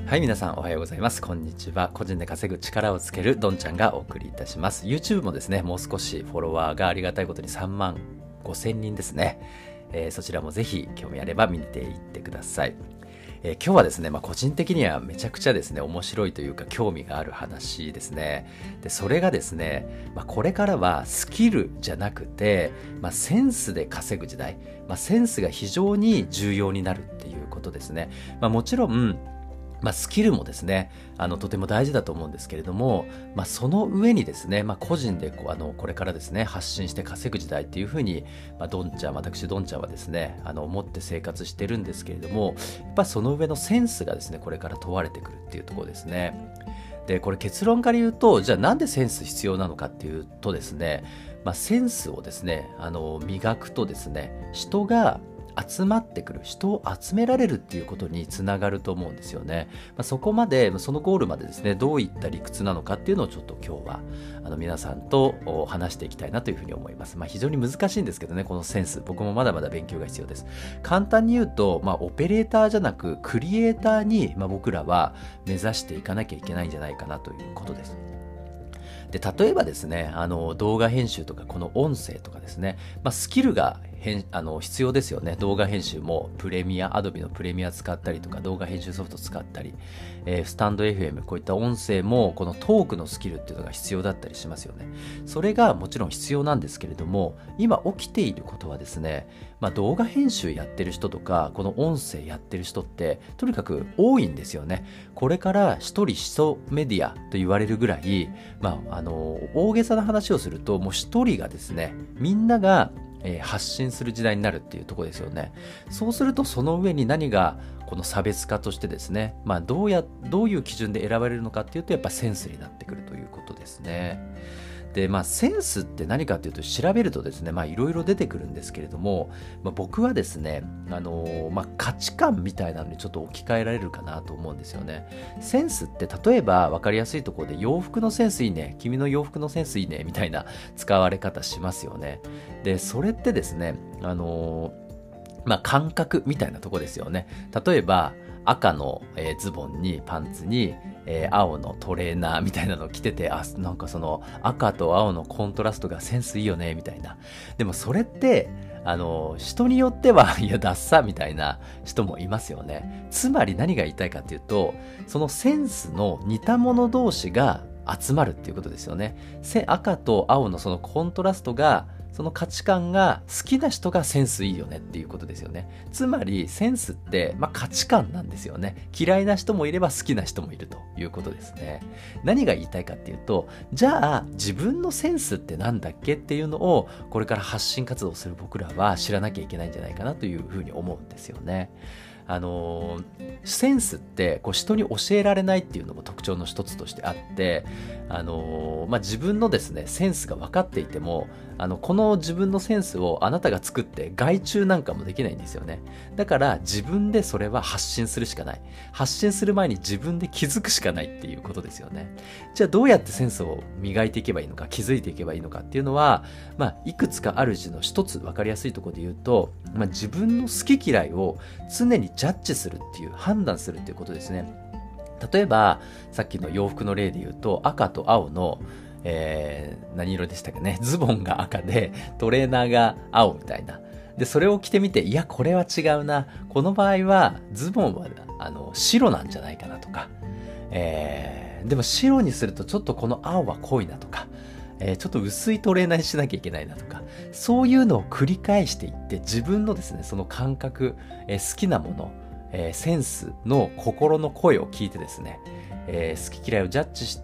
はい、皆さんおはようございます。こんにちは。個人で稼ぐ力をつけるどんちゃんがお送りいたします。YouTube もですね、もう少しフォロワーがありがたいことに3万5千人ですね。そちらもぜひ興味あれば見ていってください。今日はですね、個人的にはめちゃくちゃですね、面白いというか興味がある話ですね。で、それがですね、これからはスキルじゃなくて、センスで稼ぐ時代、センスが非常に重要になるっていうことですね。もちろん、スキルもですね、とても大事だと思うんですけれども、その上にですね、個人でこれからですね、発信して稼ぐ時代っていうふうに、私どんちゃんはですね、思って生活してるんですけれども、やっぱその上のセンスがですね、これから問われてくるっていうところですね。で、これ結論から言うと、じゃあなんでセンス必要なのかっていうとですね、センスをですね、磨くとですね、人が集まってくる、人を集められるっていうことにつながると思うんですよね。そこまで、そのゴールまでですね、どういった理屈なのかっていうのをちょっと今日は皆さんと話していきたいなというふうに思います。非常に難しいんですけどね、このセンス、僕もまだまだ勉強が必要です。簡単に言うと、オペレーターじゃなくクリエイターに、僕らは目指していかなきゃいけないんじゃないかなということです。で、例えばですね、動画編集とかこの音声とかですね、スキルが必要ですよね。動画編集もアドビのプレミア使ったりとか、動画編集ソフト使ったり、スタンド FM、こういった音声もこのトークのスキルっていうのが必要だったりしますよね。それがもちろん必要なんですけれども、今起きていることはですね、動画編集やってる人とか、この音声やってる人って、とにかく多いんですよね。これから一メディアと言われるぐらい、大げさな話をすると、もう一人がですね、みんなが発信する時代になるっていうところですよね。そうするとその上に何がこの差別化としてですね、どういう基準で選ばれるのかっていうと、やっぱセンスになってくるということですね。で、センスって何かっていうと、調べるとですね、いろいろ出てくるんですけれども、僕はですね、価値観みたいなのにちょっと置き換えられるかなと思うんですよね。センスって例えば分かりやすいところで、洋服のセンスいいね、君の洋服のセンスいいねみたいな使われ方しますよね。で、それってですね、感覚みたいなとこですよね。例えば赤のズボンにパンツに青のトレーナーみたいなのを着てて、なんかその赤と青のコントラストがセンスいいよねみたいな。でもそれって人によってはいやダッサみたいな人もいますよね。つまり何が言いたいかっていうと、そのセンスの似た者同士が集まるっていうことですよね。赤と青のそのコントラストが、その価値観が好きな人がセンスいいよねっていうことですよね。つまりセンスって、価値観なんですよね。嫌いな人もいれば好きな人もいるということですね。何が言いたいかっていうと、じゃあ自分のセンスってなんだっけっていうのを、これから発信活動する僕らは知らなきゃいけないんじゃないかなというふうに思うんですよね。センスって人に教えられないっていうのも特徴の一つとしてあって、自分のですねセンスが分かっていても、この自分のセンスをあなたが作って外注なんかもできないんですよね。だから自分でそれは発信するしかない。発信する前に自分で気づくしかないっていうことですよね。じゃあどうやってセンスを磨いていけばいいのか、気づいていけばいいのかっていうのは、いくつかあるうちの一つ分かりやすいところで言うと、自分の好き嫌いを常にジャッジするっていう、判断するっていうことですね。例えばさっきの洋服の例で言うと、赤と青の何色でしたっけね、ズボンが赤でトレーナーが青みたいな。でそれを着てみて、いやこれは違うな、この場合はズボンは白なんじゃないかなとか、でも白にするとちょっとこの青は濃いなとか、ちょっと薄いトレーナーにしなきゃいけないなとか、そういうのを繰り返していって、自分のですねその感覚、好きなもの、センスの心の声を聞いてですね、好き嫌いをジャッジして、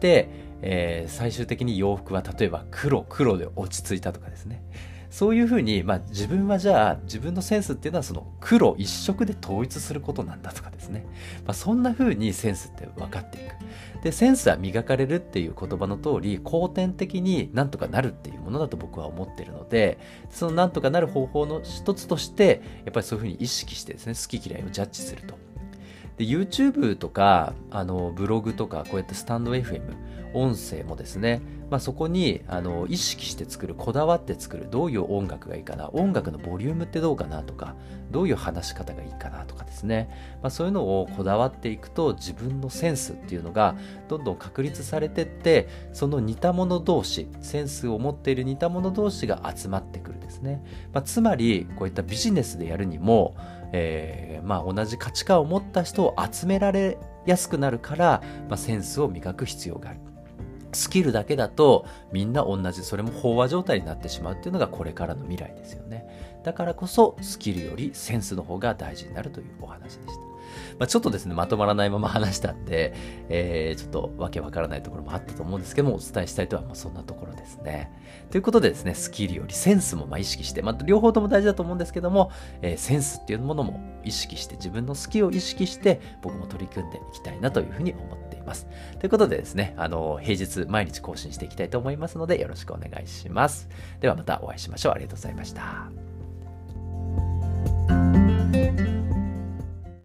最終的に洋服は例えば黒で落ち着いたとかですね、そういうふうに、自分はじゃあ自分のセンスっていうのはその黒一色で統一することなんだとかですね、そんなふうにセンスって分かっていく。でセンスは磨かれるっていう言葉の通り、後天的になんとかなるっていうものだと僕は思っているので、そのなんとかなる方法の一つとしてやっぱりそういうふうに意識してですね、好き嫌いをジャッジすると。で YouTube とかブログとかこうやってスタンド FM、 音声もですね、そこに意識して作る、こだわって作る、どういう音楽がいいかな、音楽のボリュームってどうかなとか、どういう話し方がいいかなとかですね、そういうのをこだわっていくと、自分のセンスっていうのがどんどん確立されてって、その似た者同士、センスを持っている似た者同士が集まってくるですね。つまりこういったビジネスでやるにも、同じ価値観を持った人を集められやすくなるから、センスを磨く必要がある。スキルだけだとみんな同じ、それも飽和状態になってしまうっていうのがこれからの未来ですよね。だからこそスキルよりセンスの方が大事になるというお話でした。ちょっとですね、まとまらないまま話したんで、ちょっとわけわからないところもあったと思うんですけども、お伝えしたいとはそんなところですね。ということでですね、スキルよりセンスも意識して、両方とも大事だと思うんですけども、センスっていうものも意識して、自分の好きを意識して僕も取り組んでいきたいなというふうに思っています。ということでですね、平日毎日更新していきたいと思いますので、よろしくお願いします。ではまたお会いしましょう。ありがとうございました。